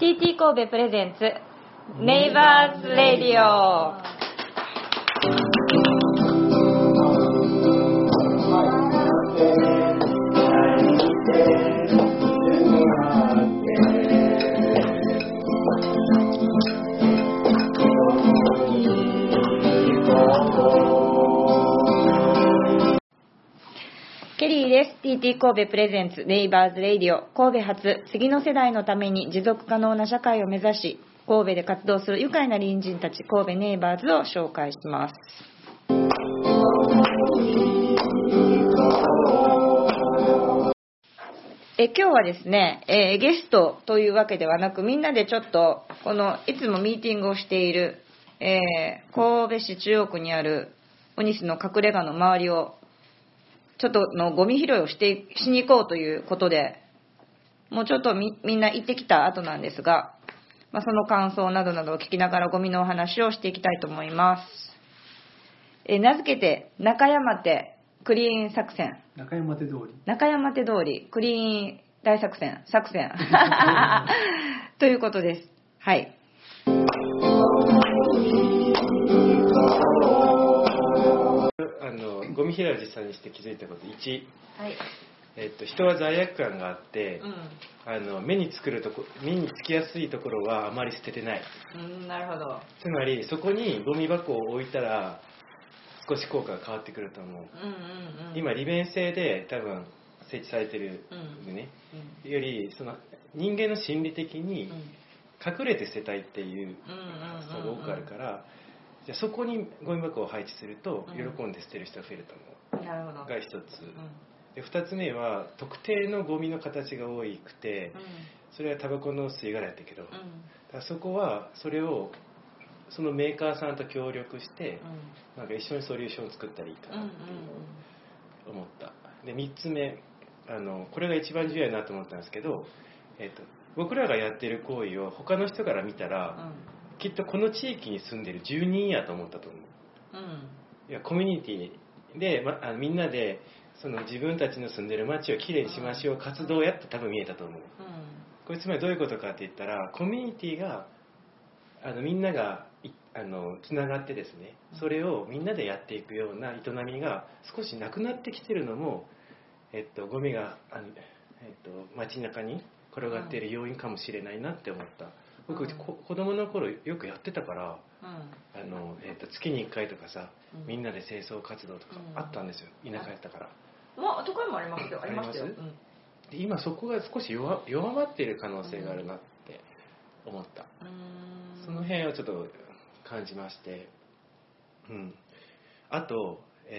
TT 神戸プレゼンツネイバーズレディオ。ケリーです。 TT 神戸プレゼンツネイバーズレディオ。神戸発次の世代のために持続可能な社会を目指し、神戸で活動する愉快な隣人たち神戸ネイバーズを紹介します。今日はですね、ゲストというわけではなく、みんなでちょっとこのいつもミーティングをしている、神戸市中央区にあるウニスの隠れ家の周りをちょっとのゴミ拾いをしに行こうということで、もうちょっとみんな行ってきた後なんですが、その感想などなどを聞きながらゴミのお話をしていきたいと思います。名付けて中山手クリーン作戦。 中山手通りクリーン大作戦ということです。はい。 ゴミ拾いを実際にして気づいたこと1、 はい。 人は罪悪感があって、目につきやすいところはあまり捨ててない。 なるほど。 つまりそこにゴミ箱を置いたら少し効果が変わってくると思う。今利便性で多分設置されてるんでね、よりその人間の心理的に隠れて捨てたいっていう人が多くあるから、じゃあそこにゴミ箱を配置すると喜んで捨てる人が増えると思う。 なるほど。 が一つ。で2つ目は特定のゴミの形が多くて、それはタバコの吸い殻やったけど、だからそこはそれをそのメーカーさんと協力して、なんか一緒にソリューションを作ったらいいかなっていう思った。で3つ目、これが一番重要だなと思ったんですけど、僕らがやってる行為を他の人から見たら、きっとこの地域に住んでる住人やと思ったと思う。いやコミュニティで、みんなでその自分たちの住んでる街をきれいにしましょう活動やって多分見えたと思う。これつまりどういうことかって言ったら、コミュニティがみんながつながってですね、それをみんなでやっていくような営みが少しなくなってきてるのも、ゴミが街中に転がっている要因かもしれないなって思った。僕、子供の頃よくやってたから、月に1回とかさ、みんなで清掃活動とかあったんですよ。田舎やったから。 都会もありますよ。ありますよ。 で今そこが少し弱まっている可能性があるなって思った。その辺をちょっと感じまして、あと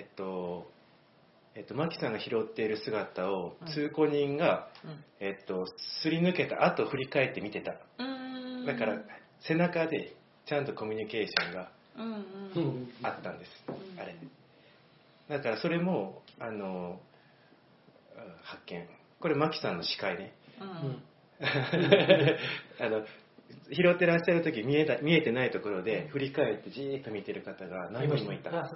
マキさんが拾っている姿を通行人が、すり抜けた後振り返って見てた。だから背中でちゃんとコミュニケーションがあったんです、あれ。だからそれも発見。これマキさんの視界ね。拾ってらっしゃる時見えてないところで振り返ってじーっと見てる方が何人もいた。はい。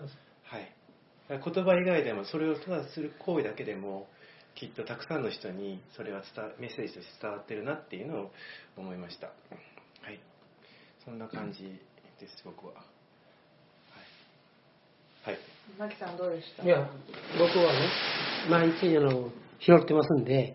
言葉以外でもそれをただする行為だけでもきっとたくさんの人にそれはメッセージとして伝わってるなっていうのを思いました。はい。そんな感じです僕は。はい。 マキさんどうでした？ いや、僕はね、毎日拾ってますんで、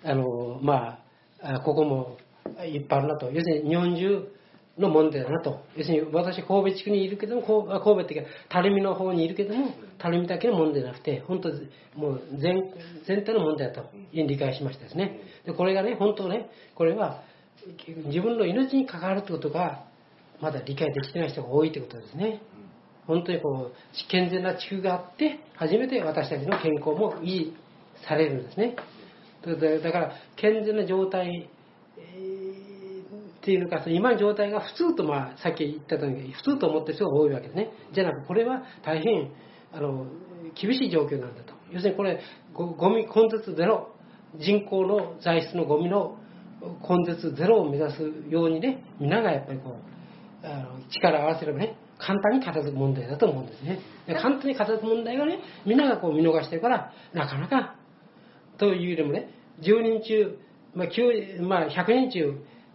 ここもいっぱいあるなと。要するに日本中の問題だなと。要するに私神戸地区にいるけども、神戸っていうか垂水の方にいるけども、垂水だけの問題じゃなくて、本当もう全体の問題だと理解しましたですね。でこれがね、本当ね、これは自分の命に関わるってことがまだ理解できてない人が多いってことですね。本当に健全な地球があって初めて私たちの健康も維持されるんですね。だから健全な状態、っていうのか、今の状態が普通と、さっき言ったように普通と思ってる人が多いわけですね。じゃなくこれは大変厳しい状況なんだと。要するにこれゴミ根絶ゼロ、人口の材質のゴミの根絶ゼロを目指すようにね、皆がやっぱり力を合わせればね、簡単に片付く問題だと思うんですね。で簡単に片付く問題がね、みんなが見逃してるからなかなかというよりもね、10人中、100人中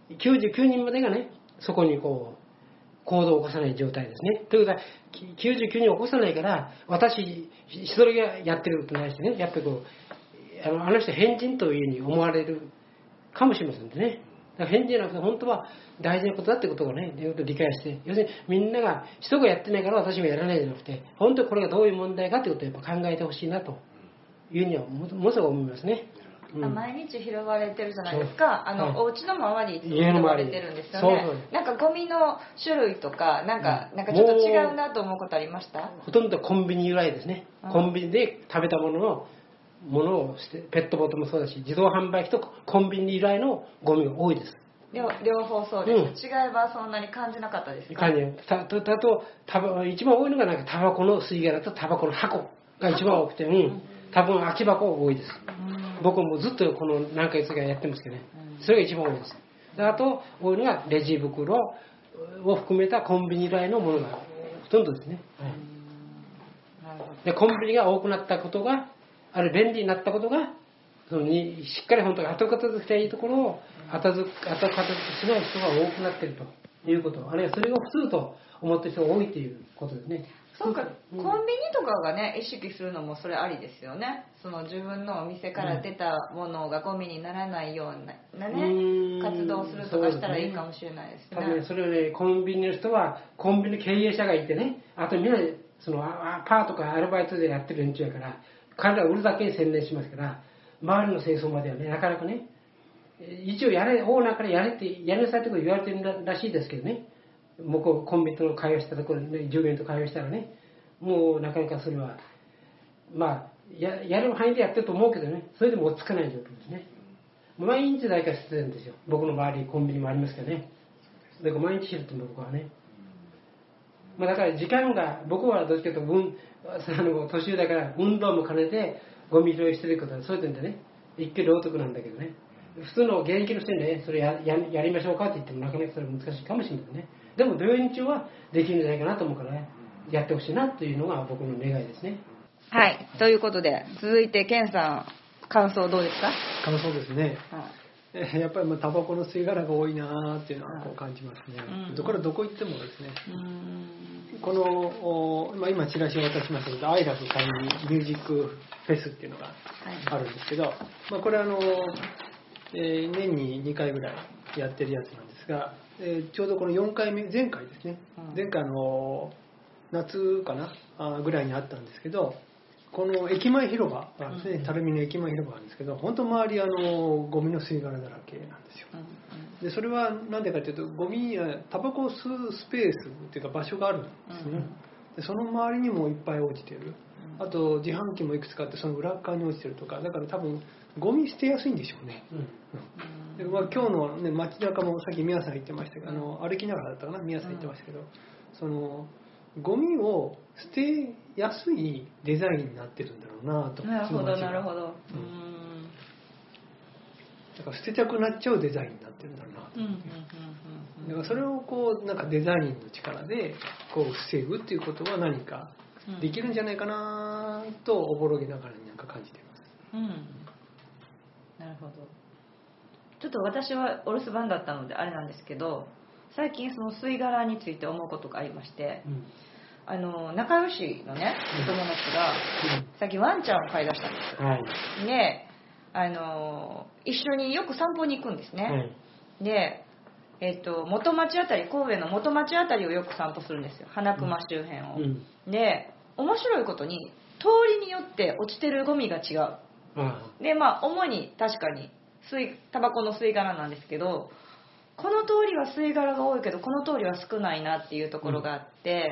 99人までがね、そこにこう、行動を起こさない状態ですね。ということは、99人を起こさないから、私一人がやってることに対してね、やっぱりこう、あの人変人というふうに思われるかもしれませんね。だから変人じゃなくて、本当は大事なことだってことをね、理解して、要するにみんなが、人がやってないから私がやらないじゃなくて、本当にこれがどういう問題かということをやっぱ考えてほしいなというふうにはものすごく思いますね。 毎日拾われてるじゃないですか。お家の周りいつも家の拾わ周りれてるんですよね。 そうなんかゴミの種類とか、なんかちょっと違うなと思うことありました？ ほとんどコンビニ由来ですね。コンビニで食べたものをして、ペットボトルもそうだし、自動販売機とコンビニ由来のゴミが多いです。 両方そうです。違いはそんなに感じなかったですか？ 感じ一番多いのがなんかタバコの吸い殻とタバコの箱が一番多くて、多分空き箱多いです。僕もずっとこの何ヶ月かやってますけどね。それが一番多いです。で、あと多いのがレジ袋を含めたコンビニ由来のものがほとんどですね。で、コンビニが多くなったことが、あれ便利になったことが、しっかり本当に後片付けたいいところを後片付けしない人が多くなっているということ、あるいはそれを普通と思っている人が多いということですね。 そうか、コンビニとかがね、意識するのもそれありですよね。その自分のお店から出たものがゴミにならないようなね、活動をするとかしたらいいかもしれないですね。 多分それをね、コンビニの人は、コンビニ経営者がいてね、あとみんなそのパートかアルバイトでやってる連中やから、彼らは売るだけに専念しますから、周りの清掃まではね、なかなかね、一応オーナーからやなさいってこと言われてるらしいですけどね、もうコンビニと会話したところで、従業員と会話したらね、もうなかなかそれは、まあ、やる範囲でやってると思うけどね、それでも落ち着かない状況ですね。毎日誰かしてるんですよ。僕の周りコンビニもありますけどね。だから毎日知ると僕はね。まあだから時間が、僕はどっちかというと、年上だから運動も兼ねてゴミ拾いしてることはそういう点でね、一挙両得なんだけどね。普通の現役の人にね、それやりましょうかって言ってもなかなかそれ難しいかもしれないね。でも病院中はできるんじゃないかなと思うからね、やってほしいなというのが僕の願いですね。 はい、ということで続いてケンさん、感想どうですか？ 感想ですね、やっぱりタバコの吸い殻が多いなっていうのはこう感じますね。これどこ行ってもですね、この今チラシを渡しましたけど、アイラブタイミュージックフェスっていうのがあるんですけど、これ年に2回ぐらいやってるやつなんですが、ちょうどこの4回目、前回ですね、前回夏かなぐらいにあったんですけど、この駅前広場がですね、垂水の駅前広場なんですけど、本当周りゴミの吸い殻だらけなんですよ。でそれは何でかというと、ゴミやタバコを吸うスペースっていうか場所があるんですね。でその周りにもいっぱい落ちてる。あと自販機もいくつかあって、その裏側に落ちてるとか、だから多分ゴミ捨てやすいんでしょうね。で今日の、ね、街中もさっき宮さん言ってましたけど、歩きながらだったかな、宮さん言ってましたけど、そのゴミを捨てやすいデザインになってるんだろうなと。 なるほどなるほど。 だから捨てたくなっちゃうデザインになってるんだろうなと。だからそれをこうなんかデザインの力でこう防ぐっていうことは何かできるんじゃないかなとおぼろげながらになんか感じています。 なるほど。ちょっと私はお留守番だったのであれなんですけど、最近その吸い殻について思うことがありまして、仲良しのねお友達が最近ワンちゃんを飼い出したんですよ。で、一緒によく散歩に行くんですね。で、元町あたり、神戸の元町あたりをよく散歩するんですよ、花熊周辺を。で、面白いことに通りによって落ちてるゴミが違う。で、主に確かにタバコの吸い殻なんですけど、この通りは吸い殻が多いけどこの通りは少ないなっていうところがあって、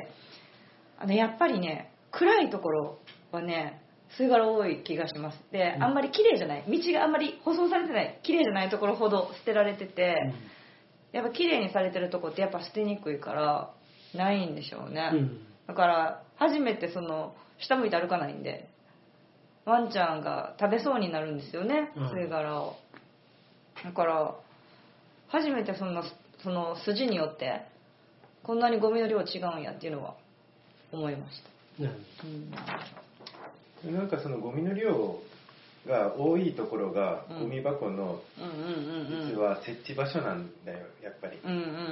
やっぱりね、暗いところはね吸い殻多い気がします。で、あんまり綺麗じゃない、道があんまり舗装されてない綺麗じゃないところほど捨てられてて、やっぱ綺麗にされてるとこってやっぱ捨てにくいからないんでしょうね。だから初めて下向いて歩かないんで、ワンちゃんが食べそうになるんですよね、吸い殻を。だから初めてその筋によってこんなにゴミの量違うんやっていうのは思いました。 なんかそのゴミの量が多いところがゴミ箱の実は設置場所なんだよやっぱり。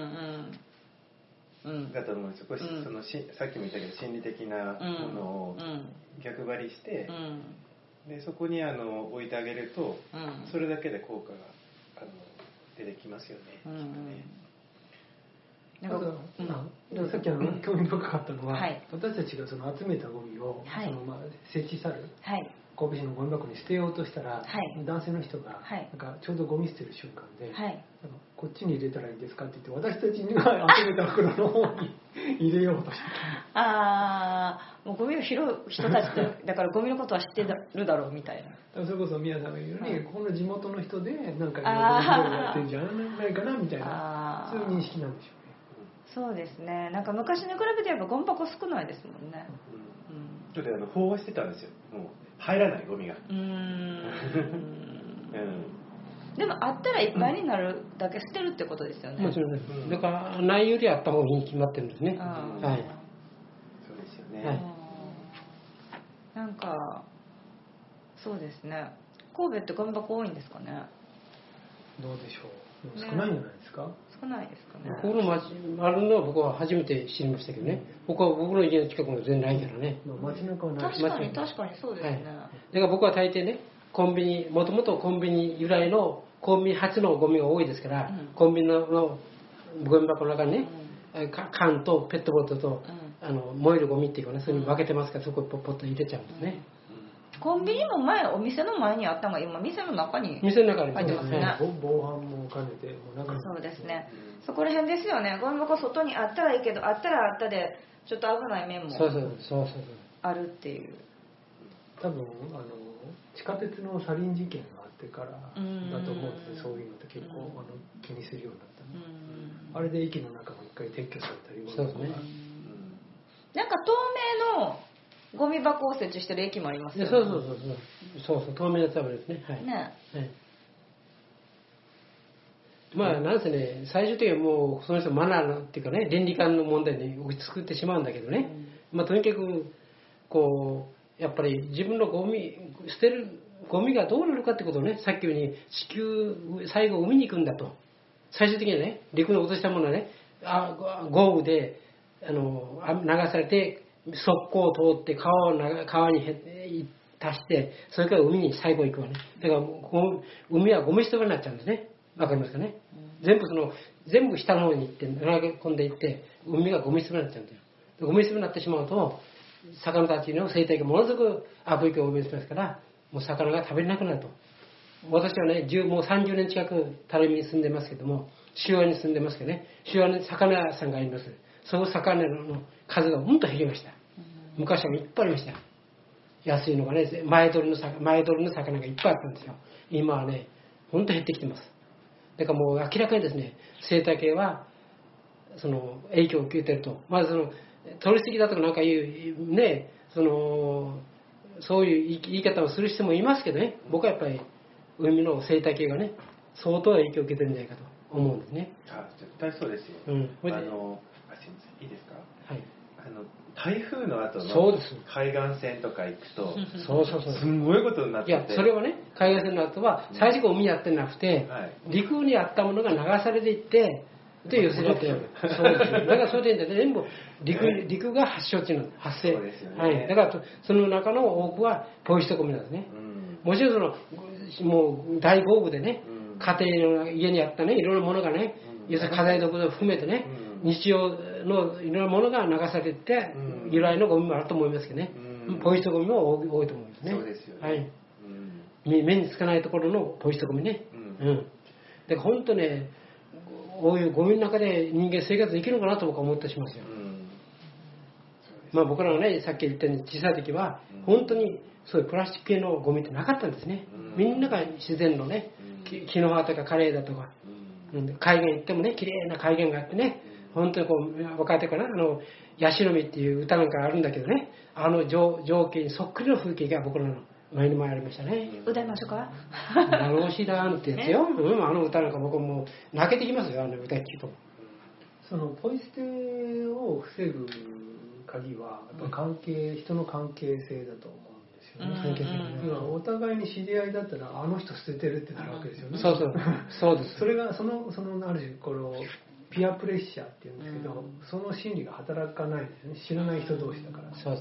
だと思うんですよ。さっきも言ったけど心理的なものを逆張りして、でそこに置いてあげると、それだけで効果が出てきますよね。 だからさっき興味深かったのは、私たちがその集めたゴミを設置される、神戸市のゴミ箱に捨てようとしたら、男性の人がなんかちょうどゴミ捨てる瞬間で、こっちに入れたらいいですかって言って私たちが集めた袋の方に入れようとしてもうゴミを拾う人たちだからゴミのことは知ってるだろうみたいな。 それこそ宮さんが言うように、この地元の人でなんかゴミ拾いやってるんじゃないかなみたいな、そういう認識なんでしょうね。 そうですね。なんか昔に比べてやっぱゴミ箱少ないですもんね。 ちょっと飽和してたんですよ。もう入らないゴミが。 でもあったらいっぱいになるだけ捨てるってことですよね。 もちろんね。だからないよりあった方がいいに決まってるんですね。 そうですよね。 なんかそうですね。神戸ってゴミ箱多いんですかね。 どうでしょう。少ないんじゃないですか。 少ないですかね。 この町あるのは僕は初めて知りましたけどね。僕の家の近くも全然ないからね。 街中はない。 確かにそうですね。 だから僕は大抵ね、コンビニ、もともとコンビニ由来のコンビニ発のゴミが多いですから、コンビニのゴミ箱の中にね、缶とペットボトルと、燃えるゴミっていうかね、そういうの分けてますから、そこにポッポッと入れちゃうんですね。 コンビニもお店の前にあったのが今店の中に入ってますね。 防犯も兼ねてそうですね。そこら辺ですよね。ゴミ箱外にあったらいいけど、あったらあったでちょっと危ない面もあるっていう。 多分地下鉄のサリン事件があってからだと思うんです。そういうのって結構気にするようになった。あれで駅の中も一回撤去されたり。 そうですね。 なんか透明のゴミ箱を設置してる駅もありますよね。 そう透明なやつあるんですね。まあなんせね、最終的にはもうその人マナーっていうかね、倫理観の問題に作ってしまうんだけどね。まあとにかくこうやっぱり自分の捨てるゴミがどうなるかってことをね、さっき言うように最後海に行くんだと。最終的にはね、陸に落としたものはね、豪雨で流されて側溝を通って川に達して、それから海に最後行くわね。だから海はゴミ捨て場になっちゃうんですね。わかりますかね。全部下の方に行って流れ込んでいって、海がゴミ捨て場になっちゃうんだよ。ゴミ捨て場になってしまうと、魚たちの生態がものすごく悪影響を及ぼしますから、もう魚が食べれなくなると。私はね、もう30年近く垂水に住んでますけども、塩屋に住んでますけどね、塩屋に魚屋さんがあります。その魚の数がうんと減りました。昔はいっぱいありました。安いのがね、前取りの魚がいっぱいあったんですよ。今はね、ほんと減ってきてます。だからもう明らかにですね、生態系はその影響を受けていると。まずその取りすぎだとかなんかいうね、そういう言い方をする人もいますけどね、僕はやっぱり海の生態系がね、相当影響を受けてるんじゃないかと思うんですね。 絶対そうですよ。すみません、いいですか。はい。台風の後の海岸線とか行くと、すんごいことになってて。いや、それはね、海岸線の後は最初から海にあってなくて、陸にあったものが流されていって、で寄せられて、そうですよ。だからそれで全部陸が発生地の発生。はい。だからその中の多くはポイ捨てゴミなんですね。もちろんもう大豪雨でね、家庭の家にあったね、いろんなものがね、要するに家財道具を含めてね、日常のいろんなものが流されて、由来のゴミもあると思いますけどね。ポイ捨てゴミも多いと思うんですね。 そうですよね。 はい。目につかないところのポイ捨てゴミね。で、本当ね、こういうゴミの中で人間生活できるのかなと僕は思ってしますよ。まあ僕らがね、さっき言ったように小さい時は、本当にそういうプラスチック系のゴミってなかったんですね。みんなが自然のね、木の葉とかカレーだとか、海岸行ってもね、綺麗な海岸があってね、本当にこう、若い時かな、ヤシの実っていう歌なんかあるんだけどね、情景にそっくりの風景が僕らの前にもありましたね。 歌いましょうか。 楽しいだーってやつよ。あの歌なんか僕も泣けてきますよ、あの歌聞くと。 そのポイ捨てを防ぐ鍵はやっぱ人の関係性だと思うんですよね。だからお互いに知り合いだったらあの人捨ててるってなるわけですよね。 そうです。 それがそのある種このピアプレッシャーっていうんですけど、その心理が働かないですよね。知らない人同士だから。 そう。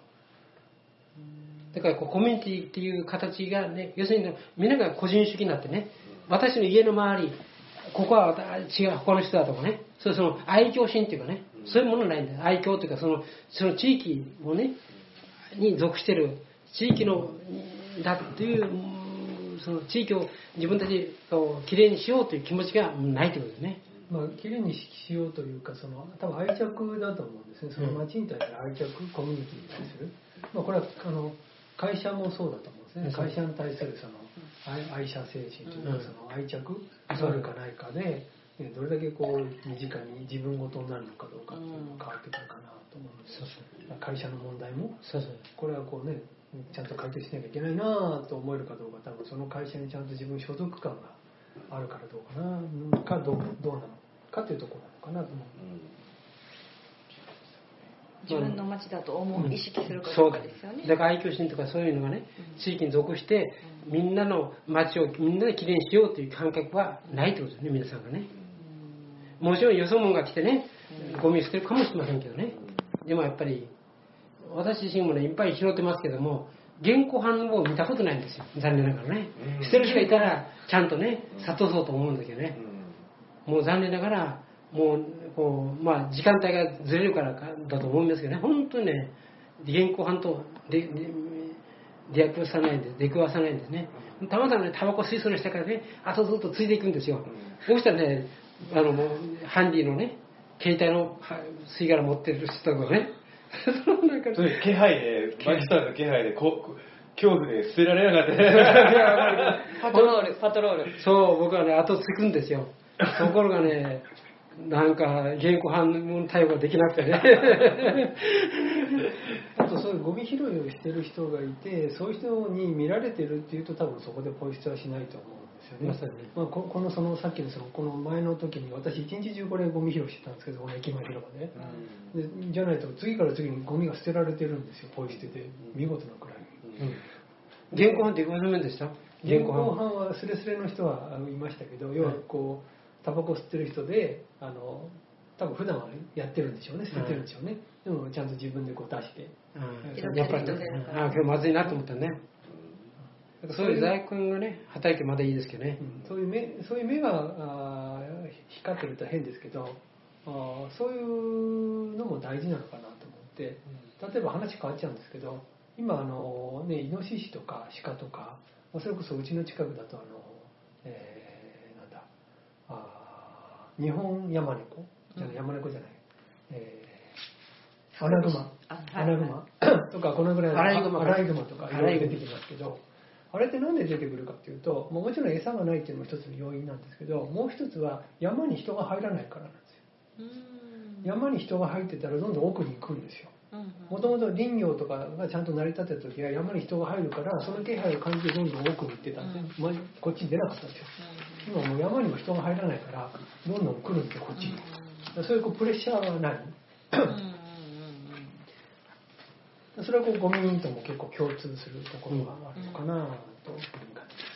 だからコミュニティっていう形がね、要するにみんなが個人主義になってね、私の家の周り、ここは違う他の人だとかね、その愛嬌心っていうかね、そういうものないんだよ。愛嬌っていうかその地域をねに属してる地域のだっていうその地域を自分たちをきれいにしようという気持ちがないということですね。 きれいにしようというか多分愛着だと思うんですね。その町に対する愛着、コミュニティに対する、これは会社もそうだと思うんですね。会社に対する愛社精神というか、その愛着があるかないかで、どれだけ身近に自分ごとになるのかどうかっていうのが変わってくるかなと思うんです。会社の問題もこれはちゃんと解決しなきゃいけないなと思えるかどうか、多分その会社にちゃんと自分所属感があるからどうかなかどうなのかというところなのかなと思う。 自分の町だと意識するかどうかですよね。 だから愛嬌心とかそういうのがね、地域に属してみんなの町をみんなできれいにしようという感覚はないってことですね、皆さんがね。もちろんよそ者が来てね、ゴミ捨てるかもしれませんけどね。でもやっぱり私自身もね、いっぱい拾ってますけども、現行犯を見たことないんですよ、残念ながらね。捨てる人がいたらちゃんとね諭そうと思うんだけどね、もう残念ながらもう時間帯がずれるからだと思うんですけどね、本当にね、現行犯と出くわさないんですね。たまたまね、タバコ吸いそうにしたからね、あとずっとついていくんですよ。そうしたらね、もうハンディのね、携帯の吸い殻持ってる人とかね、 そういう気配で、マキさんの気配で恐怖で捨てられなかった。 パトロール。 そう、僕はね、後つくんですよ。ところがね、なんか現行犯の対応ができなくてね。 あとそういうゴミ拾いをしてる人がいて、そういう人に見られてるっていうと、多分そこでポイ捨てはしないと思うんですよね。このさっきのこの前の時に私一日中これゴミ拾いしてたんですけど、この駅前広場で、じゃないと次から次にゴミが捨てられてるんですよ、ポイ捨てで。見事なくらいに。 現行犯っていくらでした？ 現行犯はスレスレの人はいましたけど、要はタバコ吸ってる人で多分普段はやってるんでしょうね、捨ててるんでしょうね。でもちゃんと自分で出して、 やっぱりね、今日まずいなと思ったね。そういう在庫がね、働いてまだいいですけどね。 そういう目が光ってると変ですけど、そういうのも大事なのかなと思って、例えば話変わっちゃうんですけど、今イノシシとか鹿とか、それこそうちの近くだと日本ヤマネコじゃない、ヤマネコじゃない、アナグマとか、このぐらいのアライグマとかいろいろ出てきますけど、あれってなんで出てくるかっていうと、もちろん餌がないっていうのも一つの要因なんですけど、もう一つは山に人が入らないからなんですよ。山に人が入ってたらどんどん奥に行くんですよ。もともと林業とかがちゃんと成り立ってた時は山に人が入るから、その気配を感じてどんどん奥に行ってたんで、こっちに出なかったんですよ。今もう山にも人が入らないからどんどん来るんですよ、こっちに。そういうプレッシャーはない。それはゴミとも結構共通するところがあるのかなという感じです。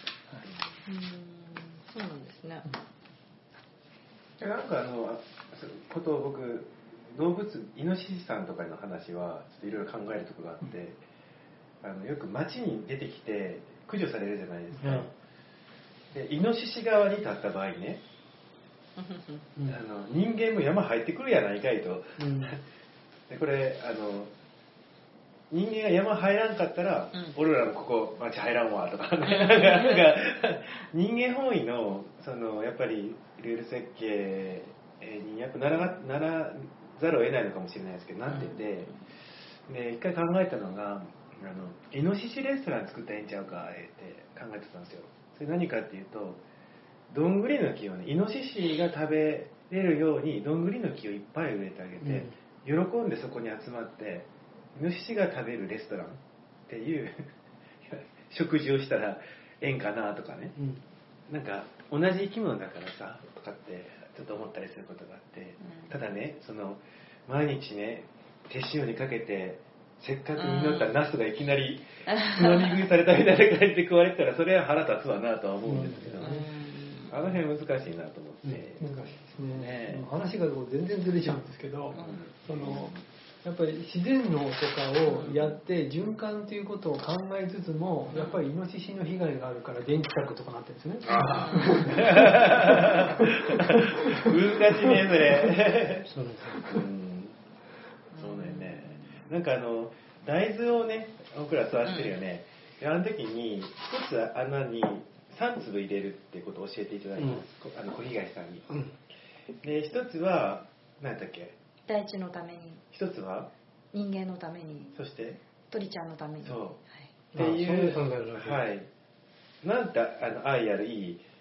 そうなんですね。 なんかことを僕、動物イノシシさんとかの話はちょっといろいろ考えるところがあって、よく街に出てきて駆除されるじゃないですか。でイノシシ側に立った場合ね、人間も山入ってくるやないかいと。でこれ人間が山入らんかったら、俺らのここ町入らんわとか、なんか人間本位のやっぱりルール設計にやっぱならざるを得ないのかもしれないですけど、なってて、で一回考えたのがイノシシレストラン作ったらええんちゃうかって考えてたんですよ。それ何かっていうと、どんぐりの木をね、イノシシが食べれるようにどんぐりの木をいっぱい植えてあげて、喜んでそこに集まってイノシシが食べるレストランっていう食事をしたらええんかなとかね、なんか同じ生き物だからさとかってちょっと思ったりすることがあって、ただね、毎日ね手塩にかけてせっかく実ったナスがいきなりつまみ食いされたみたいな感じで食われたらそれは腹立つわなとは思うんですけど、あの辺難しいなと思って、 難しいですね。話が全然ずれちゃうんですけど、やっぱり自然農とかをやって循環ということを考えつつも、やっぱりイノシシの被害があるから電気柵とかなってるんですね。 難しいねそれ。 そうです。 そうだよね。なんか大豆をね僕ら育ててるよね。あの時に一つ穴に3粒入れるってことを教えていただいたんです。小東さんに。で一つは何だっけ？ 大地のために、 一つは人間のために、 そして鳥ちゃんのために、 そう、 はい、 っていう考えるわけ、はい、なんて愛あるいい、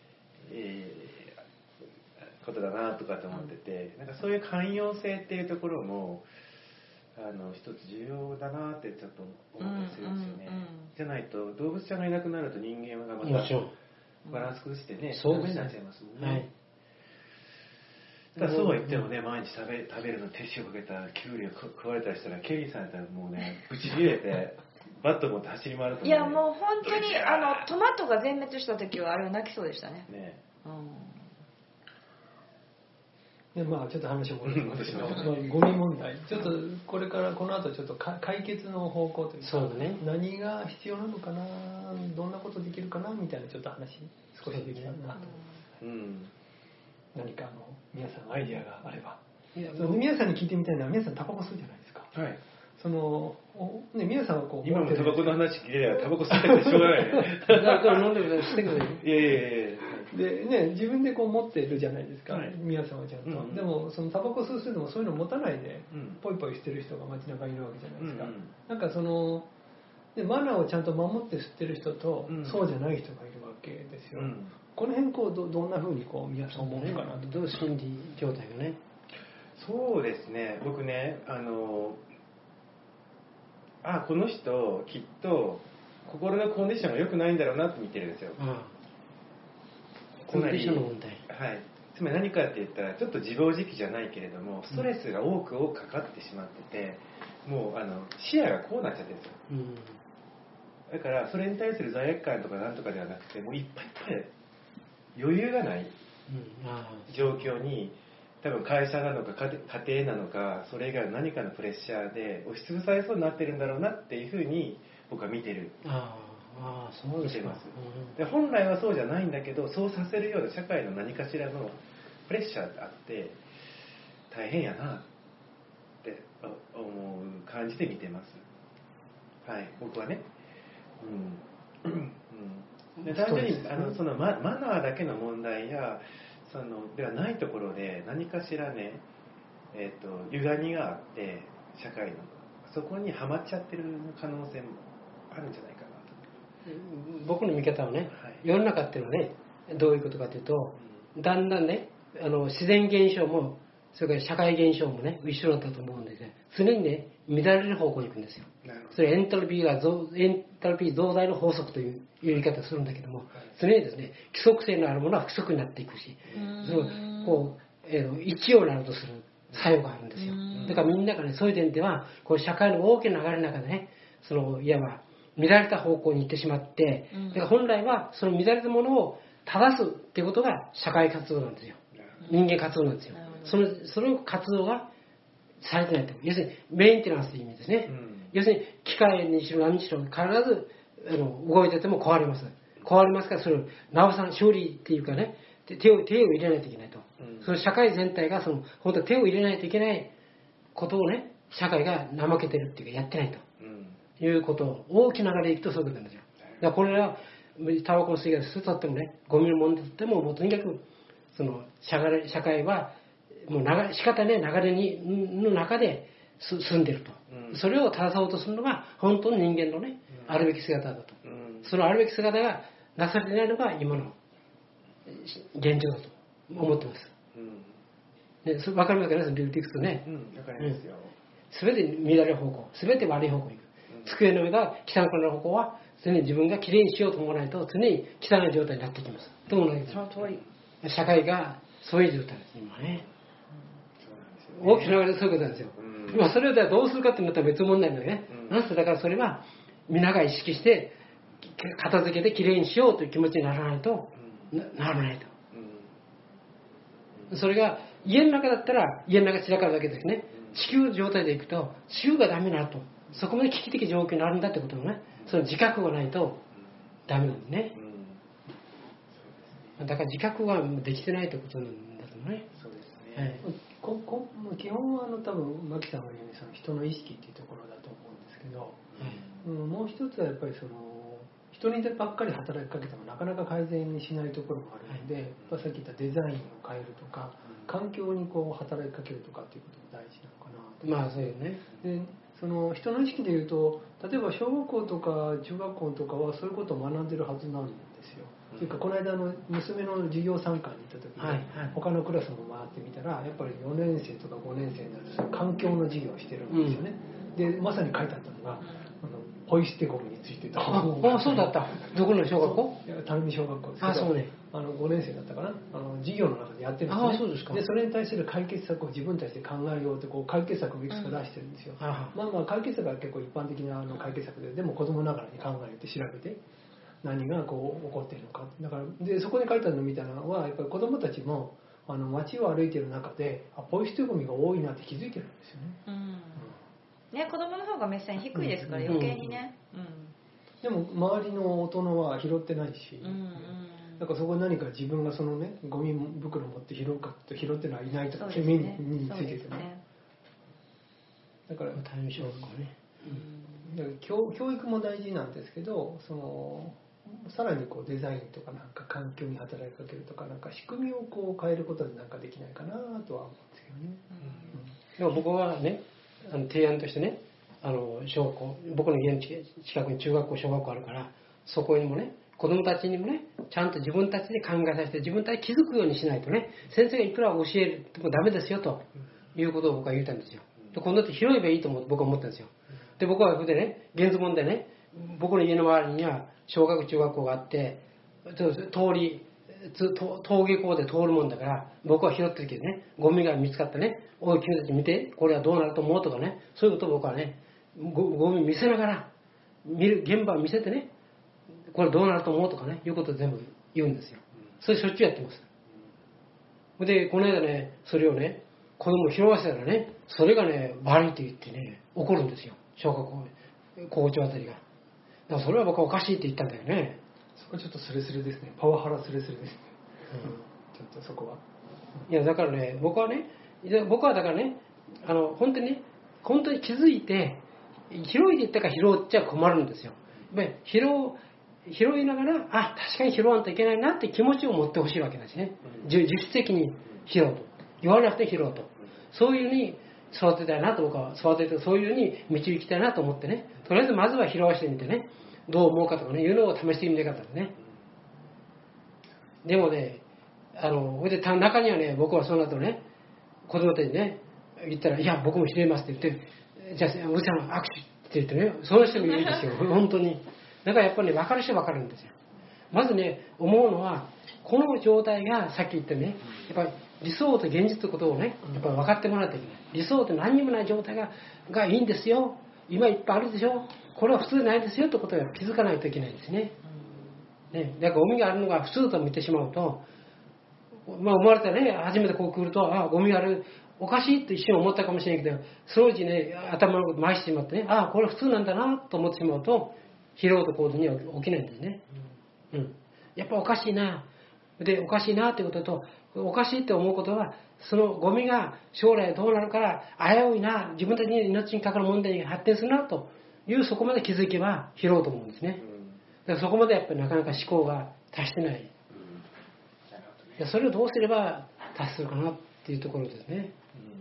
ことだなとかと思ってて、なんかそういう寛容性っていうところも一つ重要だなってちょっと思ったりするんですよね、じゃないと動物ちゃんがいなくなると人間がまたバランス崩してね、ダメになっちゃいますもんね、はい。だからそうは言ってもね、毎日食べるの手塩かけたキュウリを食われたりしたらケリーさんやったらもうねぶち切れてバット持って走り回ると、ね、 いやもう本当にトマトが全滅した時はあれは泣きそうでしたね。 でまあちょっと話を戻しますけど、ゴミ問題、ちょっとこれからこの後ちょっと解決の方向というか、 そうだね、 何が必要なのかな、どんなことできるかなみたいなちょっと話少しできたらなと思います。何か皆さんアイデアがあれば、皆さんに聞いてみたいのは、皆さんタバコ吸うじゃないですか。はい。皆さんはこう今もタバコの話聞いてればタバコ吸いたくてしょうがない。 だから飲んでください。してください。 いやいやいや。 でね、自分でこう持ってるじゃないですか、はい、皆さんはちゃんと、でもそのタバコ吸う人でもそういうの持たないで、ポイポイしてる人が街中にいるわけじゃないですか、なんかでマナーをちゃんと守って吸ってる人と、そうじゃない人がいるわけですよ、この辺どんな風に皆さん思うのかなと、 どう心理状態がね。 そうですね、僕ねこの人きっと心のコンディションが良くないんだろうなって見てるんですよ。 コンディションの問題。 はい。つまり何かって言ったらちょっと自暴自棄じゃないけれどもストレスが多くかかってしまってて、もう視野がこうなっちゃってるんですよ。だからそれに対する罪悪感とかなんとかではなくて、もういっぱいいっぱい余裕がない状況に、多分会社なのか家庭なのかそれ以外の何かのプレッシャーで押しつぶされそうになってるんだろうなっていうふうに僕は見てる。 そうですか。 見てます。で本来はそうじゃないんだけど、そうさせるような社会の何かしらのプレッシャーがあって大変やなって思う感じで見てます。はい、僕はね。で単純にそのマナーだけの問題やではないところで何かしらね、歪みがあって社会のそこにはまっちゃってる可能性もあるんじゃないかなと。 僕の見方はね、世の中っていうのはね、どういうことかというと、だんだんね自然現象もそれから社会現象もね一緒だったと思うんですね。常にね乱れる方向に行くんですよ。それエントロピー増大の法則という言い方をするんだけども、常にですね規則性のあるものは不規則になっていくし、一様になるとする作用があるんですよ。だからみんながねそういう点ではこう社会の大きな流れの中でねいわば乱れた方向に行ってしまって、だから本来はその乱れたものを正すっていうことが社会活動なんですよ。人間活動なんですよ。その活動がされてないと。要するにメンテナンスという意味ですね。要するに機械にしろ何にしろ必ず動いてても壊れますからそれを直さん修理っていうかね手を入れないといけないと。その社会全体が本当は手を入れないといけないことをね社会が怠けてるっていうかやってないということを大きな流れでいくとそういうことなんですよ。だからこれはタバコの吸い殻吸っとってもねゴミのものとってももうとにかく社会はもう仕方ね流れの中で住んでると、それを正そうとするのが本当の人間のね、あるべき姿だと、そのあるべき姿がなされてないのが今の現状だと思ってます。分かるわけです理屈ね。 分かりますよ。 全て乱れる方向、全て悪い方向に行く。机の上が汚くなる方向は常に自分がきれいにしようと思わないと常に汚い状態になってきます。と同じです。 その通り。 社会がそういう状態です今ね。大きな流れでそういうことなんですよ。 まあそれをどうするかってなったら別問題なんだよね。なんせだからそれは皆が意識して片付けてきれいにしようという気持ちにならないと、ならないと。それが家の中だったら家の中散らかるだけですね。地球状態でいくと地球がダメになると、そこまで危機的状況になるんだってことをね、その自覚がないとダメなんですね。だから自覚はできてないってことなんだと思うね。 そうですね。 基本は多分牧さんが言うようにその人の意識っていうところだと思うんですけど、もう一つはやっぱりその人にばっかり働きかけてもなかなか改善にしないところもあるので、やっぱさっき言ったデザインを変えるとか、環境にこう働きかけるとかっていうことも大事なのかなと。 まあそうよね。 でその人の意識でいうと、例えば小学校とか中学校とかはそういうことを学んでるはずなんですよ。というかこの間娘の授業参観に行った時に、他のクラスも回ってみたらやっぱり4年生とか5年生になると環境の授業をしてるんですよね。でまさに書いてあったのがポイ捨てゴミについてと。 そうだった。どこの小学校？ 垂水小学校ですけど。 そうね。 5年生だったかな。授業の中でやってるんですね。 そうですか。 でそれに対する解決策を自分たちで考えようって解決策をいくつか出してるんですよ。まあ解決策は結構一般的な解決策でも子供ながらに考えて調べて何がこう起こっているのか。だからでそこに書いてあるのみたいなのはやっぱり子供たちも街を歩いている中でポイ捨てゴミが多いなって気づいてるんですよね。 ね、子供の方が目線低いですから余計にね。 でも周りの大人は拾ってないし、だからそこに何か自分がそのねゴミ袋持って拾うかと拾ってのはいないとか、目についててね。だから対応しますかね。 だから教育も大事なんですけど、そのさらにこうデザインとかなんか環境に働きかけるとかなんか仕組みをこう変えることでなんかできないかなとは思うんですけどね。 でも僕はね提案としてね小学校、僕の家の近くに中学校小学校あるから、そこにもね子供たちにもねちゃんと自分たちで考えさせて自分たちで気づくようにしないとね、先生がいくら教えてもダメですよということを僕は言ったんですよ。で今度って拾えばいいと僕は思ったんですよ。で僕はここでね現実問題ね、僕の家の周りには小学中学校があって登下校で通るもんだから、僕は拾ってるけどね、ゴミが見つかったね、おい君たち見てこれはどうなると思うとかね、そういうことを僕はねゴミ見せながら現場を見せてね、これどうなると思うとかねいうことを全部言うんですよ。それしょっちゅうやってます。でこの間ねそれをね子供を拾わせたらね、それがね悪いと言ってね怒るんですよ、小学校校長あたりが。だからそれは僕はおかしいって言ったんだよね。 そこはちょっとスレスレですね。パワハラスレスレですね。ちょっとそこは。 いやだからね僕はだからね本当に気づいて拾いで言ったから拾っちゃ困るんですよ。拾いながら確かに拾わんといけないなって気持ちを持ってほしいわけですね。自主的に拾うと言わなくて拾うと、そういうふうに育てたいなと僕はそういうふうに導きたいなと思ってね、とりあえずまずは拾わしてみてね、どう思うかとかねいうのを試してみたかったんですね。でもね中にはね、僕はその後ね子供たちにね言ったら、いや僕も拾いますって言って、じゃあおじさん握手って言ってね、そういう人もいるんですよ本当に。だからやっぱりね分かる人は分かるんですよ。まずね思うのは、この状態がさっき言ったね、やっぱり理想と現実ということをねやっぱり分かってもらわないといけない。理想って何にもない状態がいいんですよ、今いっぱいあるでしょ、これは普通ないですよってことを気づかないといけないんですね。だからゴミがあるのが普通と見てしまうと、生まれたね初めてこう来るとゴミがあるおかしいと一瞬思ったかもしれないけど、そのうちね頭のこと回してしまってね、これ普通なんだなと思ってしまうと拾うと行動には起きないんですね。やっぱおかしいなで、おかしいなってことと、おかしいって思うことはそのゴミが将来どうなるから危ういな、自分たちに命にかかる問題に発展するなという、そこまで気づけば拾うと思うんですね。だからそこまでやっぱりなかなか思考が達してない。それをどうすれば達するかなっていうところですね。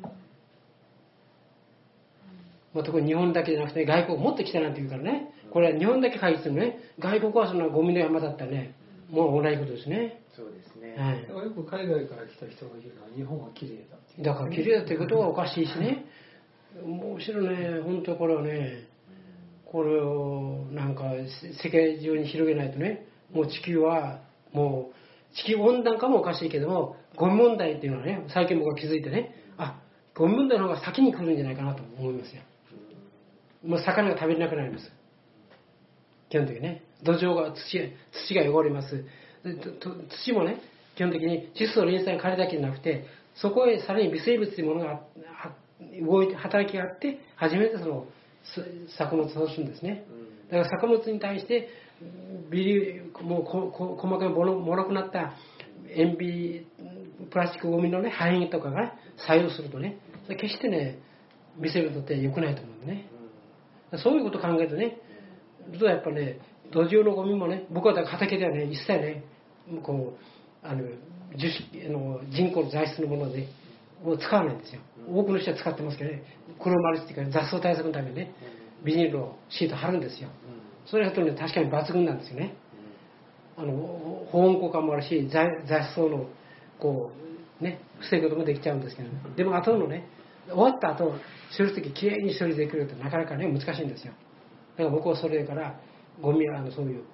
特に日本だけじゃなくて外国もっと来たなんて言うからね、これは日本だけ書いてるね、外国はそんなゴミの山だったらね、もう同じことですね。 そうですね。 よく海外から来た人が言うのは日本は綺麗だって。 だから綺麗だっていうことはおかしいしね。むしろね、本当これはね、これをなんか世界中に広げないとね、もう地球はもう地球温暖化もおかしいけども、ゴミ問題っていうのはね、最近僕は気づいてね、 ゴミ問題の方が先に来るんじゃないかなと思いますよ。もう魚が食べれなくなります。基本的にね。土壌が、土が汚れます。土もね、基本的に窒素、リン酸、カリだけじゃなくて、そこへさらに微生物というものが働きがあって、初めてその作物を育つんですね。だから作物に対して、もう細かいもろくなった塩ビプラスチックゴミのね、破片とかが、ね、作用するとね、それ決してね、微生物にとって良くないと思うんでね。そういうことを考えるとね、やっぱね、土壌のゴミもね、僕は畑ではね、一切ね、こう人工の材質のもので、もう使わないんですよ。多くの人は使ってますけどね、黒マルチっていうか雑草対策のためにね、ビニールをシート貼るんですよ。それだとね、確かに抜群なんですよね。保温効果もあるし、雑草のこうね、防ぐこともできちゃうんですけど、ね、でも後のね、終わった後、処理するとききれいに処理できるってなかなかね、難しいんですよ。だから僕はそれからゴミはそういう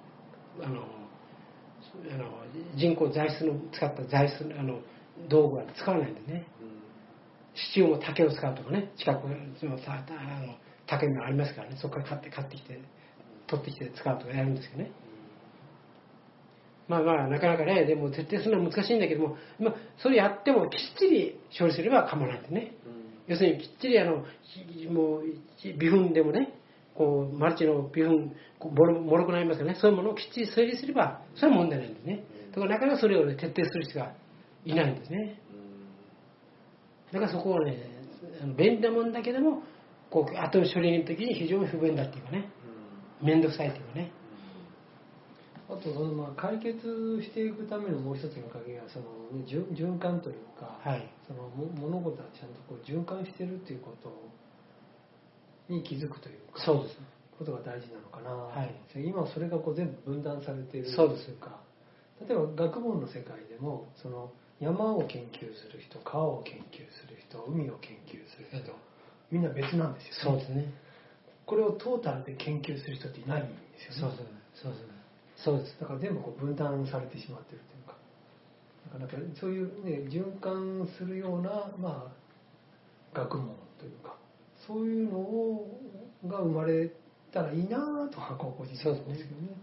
人工材質の使った材質道具は使わないんでね。支柱も竹を使うとかね、近くの竹がありますからね、そこから買ってきて取ってきて使うとかやるんですけどね。まあなかなかね、でも徹底するのは難しいんだけども、それやってもきっちり処理すれば構わないんでね。要するにきっちりもう微粉でもね、こうマルチの微粉もろくなりますからね、そういうものをきっちり整理すればそれは問題ないんですね。だからなかなかそれを、ね、徹底する人がいないんですね。だからそこはね、便利なもんだけども、こう後の処理の時に非常に不便だっていうかね、面倒くさいっていうかね。 あと解決していくためのもう一つの鍵が循環というか、 はい、 その物事はちゃんとこう循環してるっていうことに気づくというか、 そうです、 ことが大事なのかな、 はい、 今それがこう全部分断されているというか、例えば学問の世界でもその山を研究する人、川を研究する人、海を研究する人、みんな別なんですよね。 そうですね。 これをトータルで研究する人っていないんですよね。そうです。だから全部こう分断されてしまっているというか、なかなかそういう、ね、循環するような、学問というか、そういうのが生まれたらいいなとは個人的に思うんですけどね。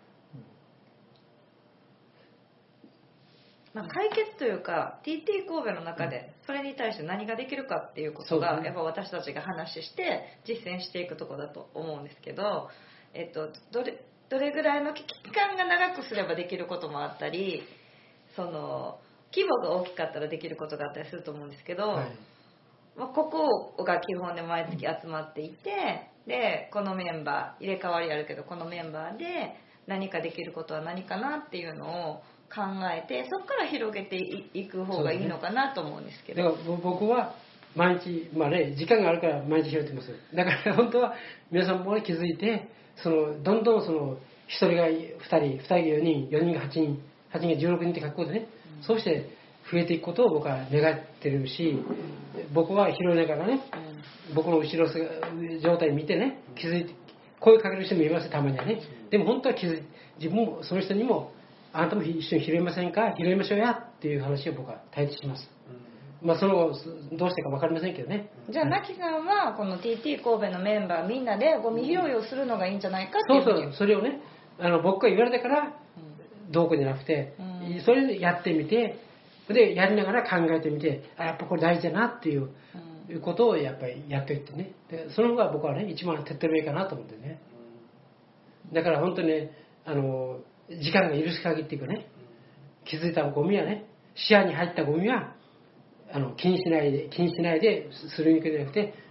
解決というか TT 神戸の中でそれに対して何ができるかっていうことがやっぱ私たちが話して実践していくところだと思うんですけど、どれぐらいの期間が長くすればできることもあったり、その規模が大きかったらできることがあったりすると思うんですけど、はい、ここが基本で毎月集まっていて、でこのメンバー入れ替わりあるけどこのメンバーで何かできることは何かなっていうのを考えて、そこから広げていく方がいいのかなと思うんですけど。 だから僕は毎日、時間があるから毎日広げてます。だから本当は皆さんも気づいて、どんどん1人が2人、2人が4人、4人が8人、8人が16人って書くことでね、そうして増えていくことを僕は願ってるし、僕は拾いながらね、僕の後ろ状態見てね、気づいて、声かける人もいますよ、たまにはね。でも本当は自分もその人にも、あなたも一緒に拾いませんか、拾いましょうやっていう話を僕は対峙します。その後どうしてか分かりませんけどね。 じゃあ牧さんはこの TT 神戸のメンバーみんなでゴミ拾いをするのがいいんじゃないかっていうふうに。 それをね、僕が言われたからどうこうじゃなくて、それでやってみて、でやりながら考えてみて、やっぱこれ大事だなっていうことをやっぱりやっていってね、でその方が僕はね一番手っ取り早いかなと思ってね。だから本当にね、時間が許す限りっていうかね、気づいたゴミはね、視野に入ったゴミは気にしないでするに行くんじゃなくて、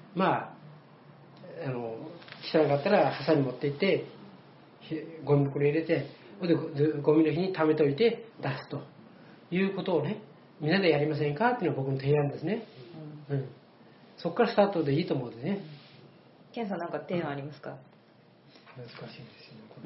汚かったらハサミ持って行ってゴミ袋入れて、でゴミの日に貯めといて出すということをね、みんなでやりませんかっていうのが僕の提案ですね。そこからスタートでいいと思うんですね。 ケンさんなんか提案ありますか？ 難しいですよね、こ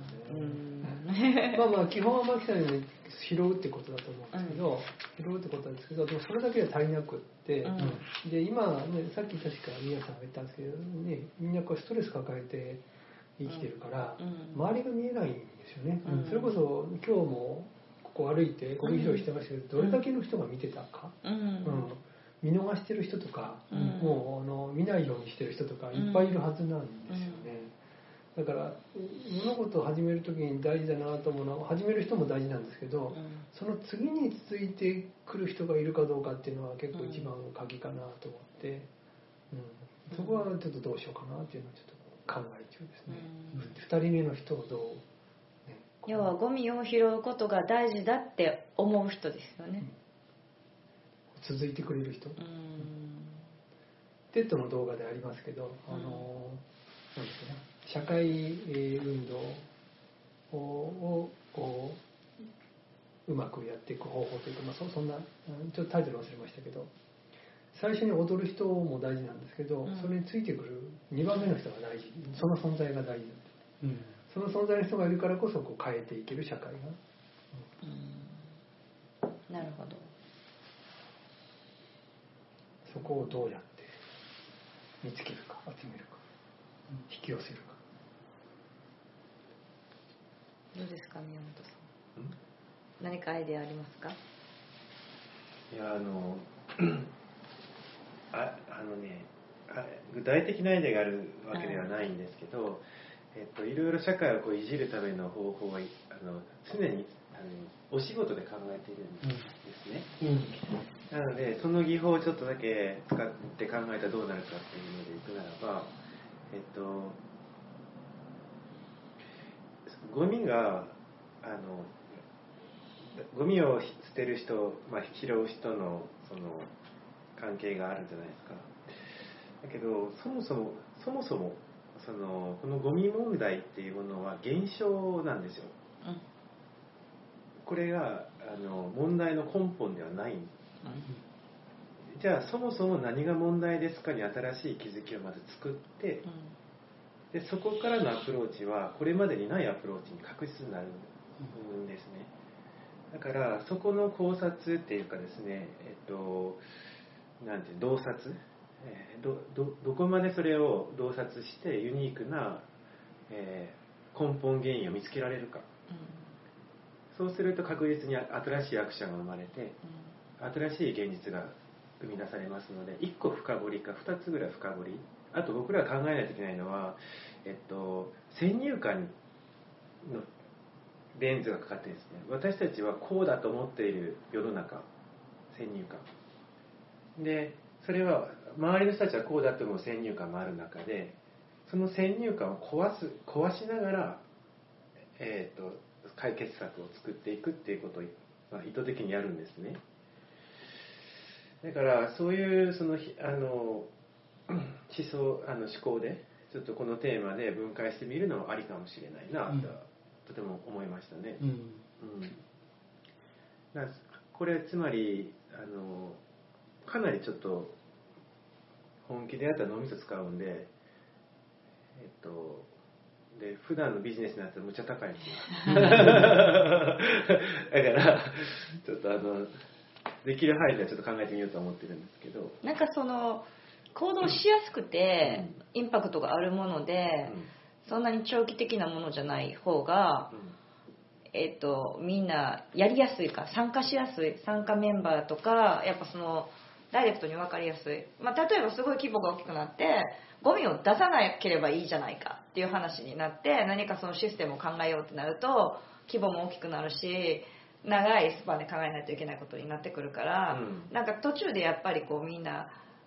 の基本は牧さんに拾うってことだと思うんですけど、拾うってことなんですけど、でもそれだけで足りなくって、で今ね、さっき確か宮さんが言ったんですけどね、みんなこうストレス抱えて生きてるから、周りが見えないんですよね。それこそ今日もここ歩いてゴミ拾いしてましたけど、どれだけの人が見てたか、 見逃してる人とか、もう見ないようにしてる人とかいっぱいいるはずなんですよね。だから物事を始めるときに大事だなと思うのは、始める人も大事なんですけど、その次に続いてくる人がいるかどうかっていうのは結構一番鍵かなと思って、そこはちょっとどうしようかなっていうのをちょっと考え中ですね。2人目の人をどう、ね、 要はゴミを拾うことが大事だって思う人ですよね。 続いてくれる人。テッドの動画でありますけど、なんですかね、社会運動をこううまくやっていく方法というか、そんなちょっとタイトル忘れましたけど、最初に踊る人も大事なんですけど、それについてくる2番目の人が大事、その存在が大事だ、その存在の人がいるからこそこう変えていける社会が、 なるほど。 そこをどうやって見つけるか、集めるか、引き寄せるか。 どうですか、宮本さん。何かアイデアありますか？ いや具体的なアイデアがあるわけではないんですけど、いろいろ社会をこういじるための方法は常にお仕事で考えているんですね。なのでその技法をちょっとだけ使って考えたらどうなるかっていうのでいくならば、ゴミがゴミを捨てる人、拾う人のその関係があるんじゃないですか。だけどそもそもこのゴミ問題っていうものは現象なんですよ。これが問題の根本ではないんです。じゃあそもそも何が問題ですかに新しい気づきをまず作って、でそこからのアプローチはこれまでにないアプローチに確実になるんですね。だからそこの考察っていうかですね、なんていう洞察、どこまでそれを洞察してユニークな、根本原因を見つけられるか、そうすると確実に新しいアクションが生まれて、新しい現実が生み出されますので、1個深掘りか2つぐらい深掘り。あと僕らが考えないといけないのは、先入観のレンズがかかってですね、私たちはこうだと思っている世の中、先入観で、それは周りの人たちはこうだと思う先入観もある中で、その先入観を壊しながら、解決策を作っていくっていうことを、意図的にやるんですね。だからそういうその思考でちょっとこのテーマで分解してみるのはありかもしれないなと、とても思いましたね。だからこれつまりかなりちょっと本気でやったら脳みそ使うんで、で普段のビジネスのやつはむっちゃ高いんですよ。だからちょっとできる範囲ではちょっと考えてみようと思ってるんですけど、 なんかその行動しやすくてインパクトがあるもので、そんなに長期的なものじゃない方が、みんなやりやすいか、参加しやすい、参加メンバーとかやっぱそのダイレクトに分かりやすい、例えばすごい規模が大きくなってゴミを出さなければいいじゃないかっていう話になって、何かそのシステムを考えようってなると規模も大きくなるし、長いスパンで考えないといけないことになってくるから、なんか途中でやっぱりこうみんな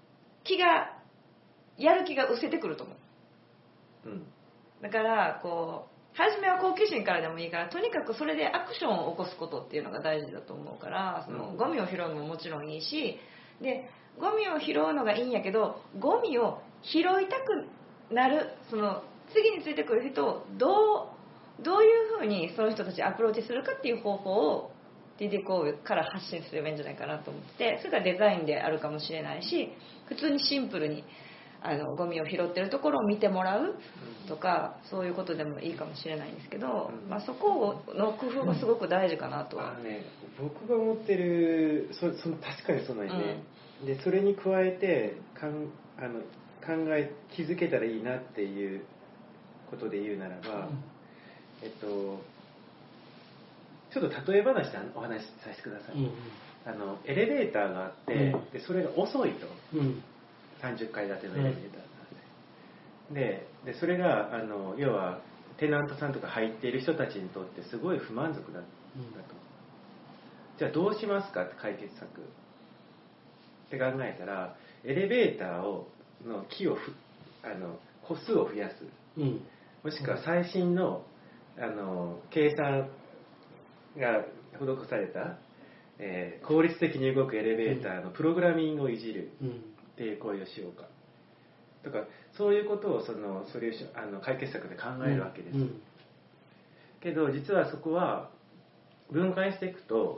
やる気が失せてくると思う。だからこう初めは好奇心からでもいいから、とにかくそれでアクションを起こすことっていうのが大事だと思うから、そのゴミを拾うのももちろんいいし、でゴミを拾うのがいいんやけど、ゴミを拾いたくなるその次についてくる人をどういうふうにその人たちアプローチするかっていう方法を DD コーから発信すればいいんじゃないかなと思って、それがデザインであるかもしれないし、普通にシンプルにゴミを拾ってるところを見てもらうとか、そういうことでもいいかもしれないんですけど、そこの工夫がすごく大事かなとは、 僕が思ってる確かにそうなんですね、でそれに加えて気づけたらいいなっていうことで言うならば、ちょっと例え話でお話しさせてください。 エレベーターがあって、でそれが遅いと、30階建てのエレベーターなんで、それが要はテナントさんとか入っている人たちにとってすごい不満足だと、じゃあどうしますかって解決策って考えたら、エレベーターの個数を増やす、もしくは最新の計算が施された、効率的に動くエレベーターのプログラミングをいじるっていう行為をしようかとか、そういうことをソリューション解決策で考えるわけです、けど実はそこは分解していくと、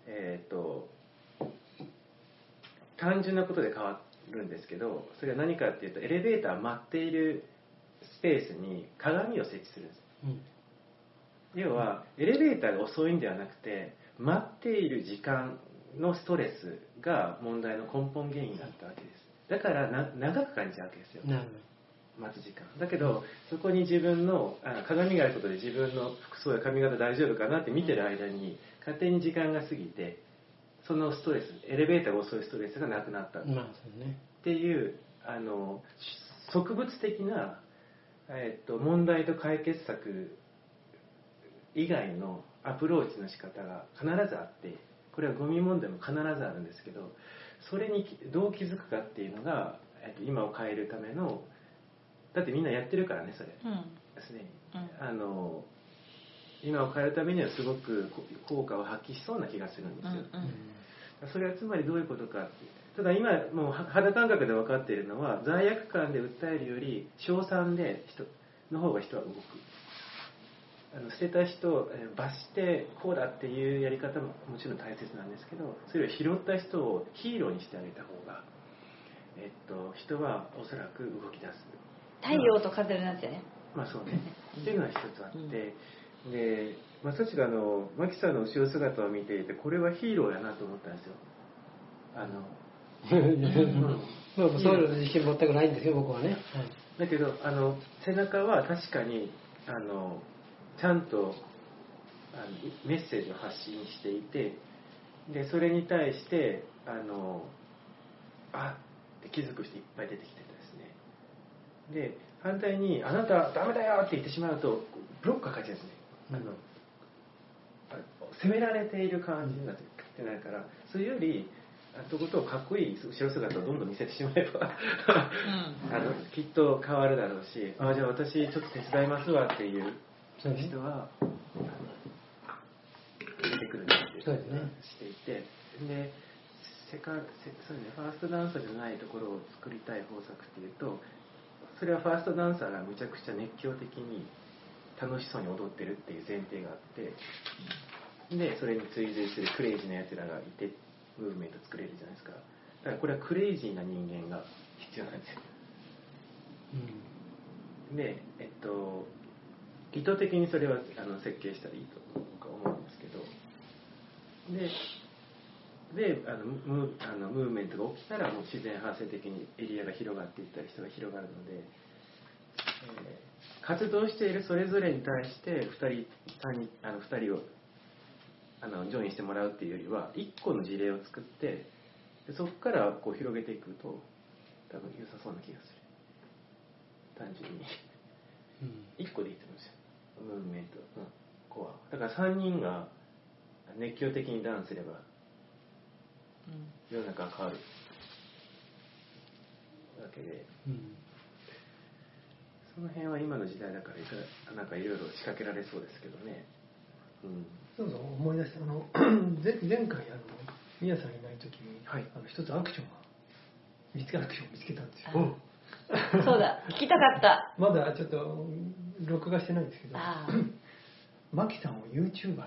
単純なことで変わるんですけど、それは何かっていうと、エレベーター待っているスペースに鏡を設置するんです、要はエレベーターが遅いんではなくて、待っている時間のストレスが問題の根本原因だったわけです。だから長く感じちゃうわけですよ、待つ時間だけど、そこに自分の鏡があることで自分の服装や髪型大丈夫かなって見てる間に勝手に時間が過ぎて、そのストレス、エレベーターが遅いストレスがなくなったっていう植物的な、問題と解決策以外のアプローチの仕方が必ずあって、これはゴミ問題も必ずあるんですけど、それにどう気づくかっていうのが、今を変えるための、だってみんなやってるからね、それすでに、今を変えるためにはすごく効果を発揮しそうな気がするんですよ、それはつまりどういうことかって、ただ今もう肌感覚で分かっているのは、罪悪感で訴えるより称賛での方が人は動く。捨てた人を罰してこうだっていうやり方ももちろん大切なんですけど、それを拾った人をヒーローにしてあげた方が、人はおそらく動き出す。 太陽と風のやつやね。 そうね。っていうのが一つあって、で、私たちがマキさんの後ろ姿を見ていて、これはヒーローやなと思ったんですよ。 そういう自信全くないんですよ、僕はね。 だけど背中は確かにちゃんとメッセージを発信していて、でそれに対してって気づく人いっぱい出てきてですね。で反対にあなたダメだよって言ってしまうとブロックがかかっちゃうんですね。責められている感じになってないから、それよりとことをかっこいい後ろ姿をどんどん見せてしまえばきっと変わるだろうし、じゃあ私ちょっと手伝いますわっていう人は出てくるんですよ、していて、でそうね、ファーストダンサーじゃないところを作りたい方策っていうと、それはファーストダンサーがむちゃくちゃ熱狂的に楽しそうに踊ってるっていう前提があって、でそれに追随するクレイジーなやつらがいてムーブメント作れるじゃないですか。だからこれはクレイジーな人間が必要なんですよ、で意図的にそれは設計したらいいと僕は思うんですけど、でムーブメントが起きたらもう自然発生的にエリアが広がっていったり人が広がるので、活動しているそれぞれに対して2人をジョインしてもらうっていうよりは、1個の事例を作ってそこからこう広げていくと多分良さそうな気がする。単純に1個でいいと思うんですよ、ムーブメントのコアだから3人が熱狂的にダンスすれば世の中が変わるわけで、その辺は今の時代だからなんかいろいろ仕掛けられそうですけどね。 そうそう思い出した前回宮さんいない時に、一つアクションが見つけたんですよ。 そうだ、聞きたかった。 まだちょっと録画してないんですけど、マキさんを YouTuber にしようと思って。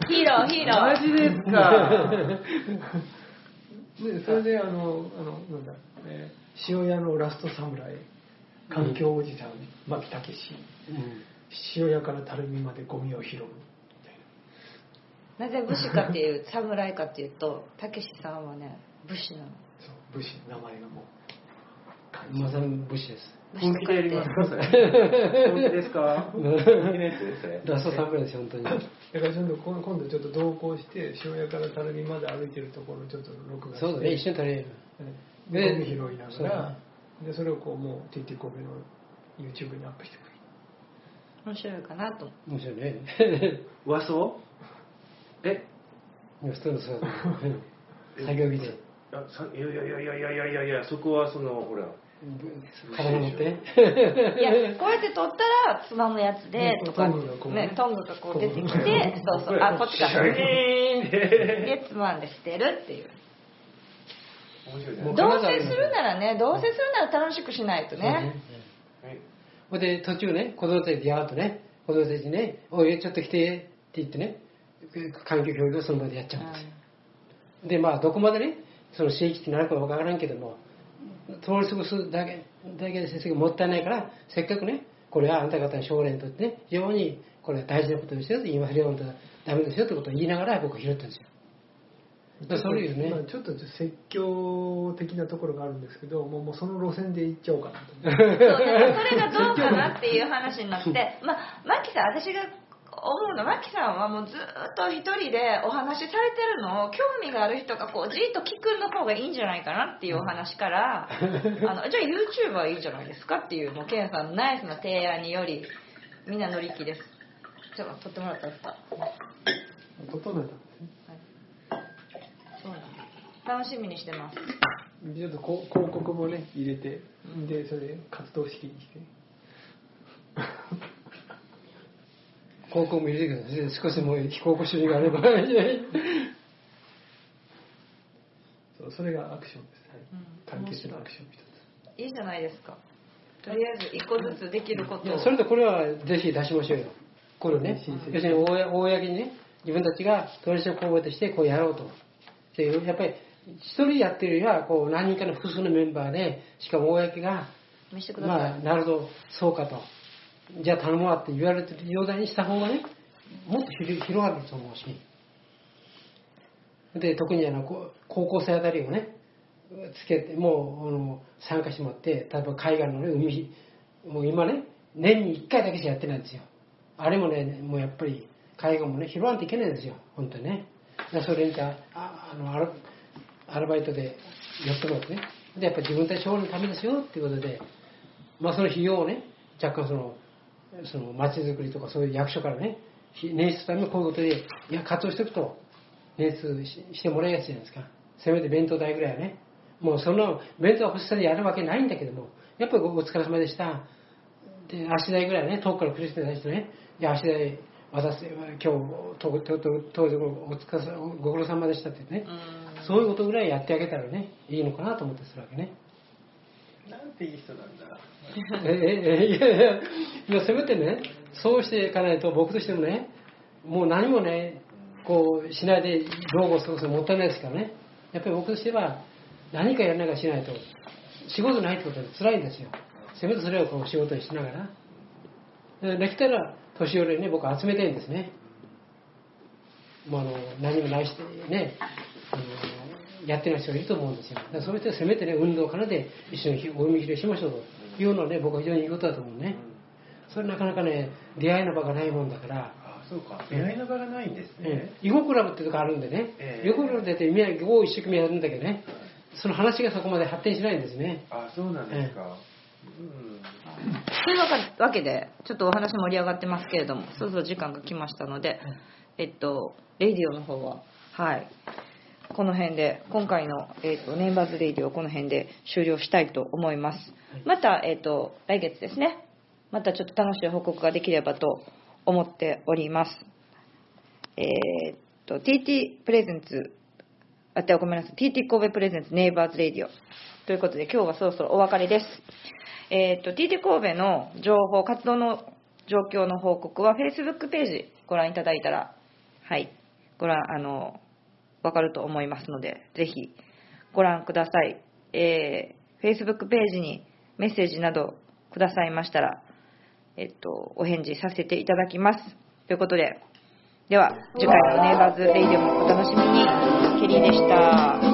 ヒーロー。 マジですか。 でそれで塩屋のラスト侍、環境おじさん、牧武史、塩屋から垂水までゴミを拾うみたいな。なぜ武士かっていう侍かっていうと、武史さんはね武士なの。 そう、武士、名前がもうまさに武士です。 本気でやりますかそれ。本気ですか？本気のやつですね。 ラストサプライです本当に。だから今度ちょっと同行して塩屋から垂水まで歩いてるところをちょっと録画して。 そうだね、一緒に垂れる。 でゴミ拾いながら、でそれをこうもう TT 神戸の YouTube にアップしてくれる。 面白いかなと。 面白いね。 和装？ 普通のそう作業着で。 いやそこはそのほら。 体持って。 いやこうやって取ったらつまむやつでとかね、トングがこう出てきて、そうあこっちがでつまんで捨てるっていう。同棲するならね、同棲するなら楽しくしないとね。 ほんで途中ね、子供たちで出会うとね、子供たちにね、おいちょっと来てって言ってね、環境教育をその場でやっちゃうんですよ。でまあどこまでね、その刺激ってなるかわからんけども、通り過ごすだけで先生がもったいないから、せっかくね、これはあんた方の将来にとってね、非常にこれは大事なことですよと言いますよ、本当はダメですよってことを言いながら僕は拾ったんですよ。そういうね、 ちょっと説教的なところがあるんですけど、もうその路線で行っちゃおうかなと。そうだからそれがどうかなっていう話になって、マキさん、私が思うの、マキさんはもうずっと一人でお話しされてるのを興味がある人がこうじっと聞くの方がいいんじゃないかなっていうお話からじゃあ YouTuber いいじゃないですかっていう、もうケンさんのナイスな提案によりみんな乗り気です。ちょっと撮ってもらったんですか？ 整えたんですね。 そうなんです。楽しみにしてます。 ちょっと広告もね入れて、でそれで活動式にして高校もいるけど、少しもう非高校主義があればそれがアクションです、関係するアクション一ついいじゃないですか。とりあえず一個ずつできることを、 それとこれはぜひ出しましょうよ。これをね、要するに公にね、自分たちが当事者公募としてこうやろうと。でやっぱり一人やってるよりはこう何人かの複数のメンバーで、しかも公がなるほどそうかと、じゃあ頼もうって言われてるようにした方がね、もっと広がると思うし、で特に高校生あたりをねつけてもう参加してもらって、例えば海岸のね海、もう今ね年に1回だけしかやってないんですよ。あれもね、もうやっぱり海岸もね広がっていけないんですよ本当にね。それにアルバイトでやってもらってね、でやっぱり自分たち将来のためですよっていうことで、その費用をね若干その町づくりとかそういう役所からね捻出するためにこういうことで活動していくと捻出してもらいやすいじゃないですか。せめて弁当代ぐらいはね、もうその弁当は欲しさでやるわけないんだけども、やっぱりお疲れ様でした、で足代ぐらいね、遠くから来る人に対してね、足代渡す、今日当時ご苦労様でしたって言ってね、そういうことぐらいやってあげたらねいいのかなと思ってするわけね。 なんていい人なんだ。 いやせめてねそうしていかないと、僕としてもねもう何もねこうしないで老後を過ごすのもったいないですからね。やっぱり僕としては何かやらなきゃしないと仕事ないってことは辛いんですよ。せめてそれをこう仕事にしながらできたら年寄りにね僕は集めたいんですね。何もないしてねやってない人がいると思うんですよ。だからそういう人はせめてね運動からで一緒にお海拾いしましょうというのはね、僕は非常にいいことだと思うね。それなかなかね出会いの場がないもんだから。 そうか、出会いの場がないんですね。 囲碁クラブってとこあるんでね、囲碁クラブで囲碁を一生懸命やるんだけどね、その話がそこまで発展しないんですね。 そうなんですか。 というわけでちょっとお話盛り上がってますけれども、そろそろ時間が来ましたので、レディオの方はこの辺で今回の、ネイバーズレディオをこの辺で終了したいと思います。また、来月ですね、またちょっと楽しい報告ができればと思っております。TT プレゼンツごめんなさい、TT 神戸プレゼンツネイバーズレディオということで、今日はそろそろお別れです。TT 神戸の情報、活動の状況の報告は Facebook ページご覧いただいたら、わかると思いますので、ぜひご覧ください。Facebook ページにメッセージなどくださいましたら、お返事させていただきます。ということで、では次回のネイバーズレイディオもお楽しみに。ケリーでした。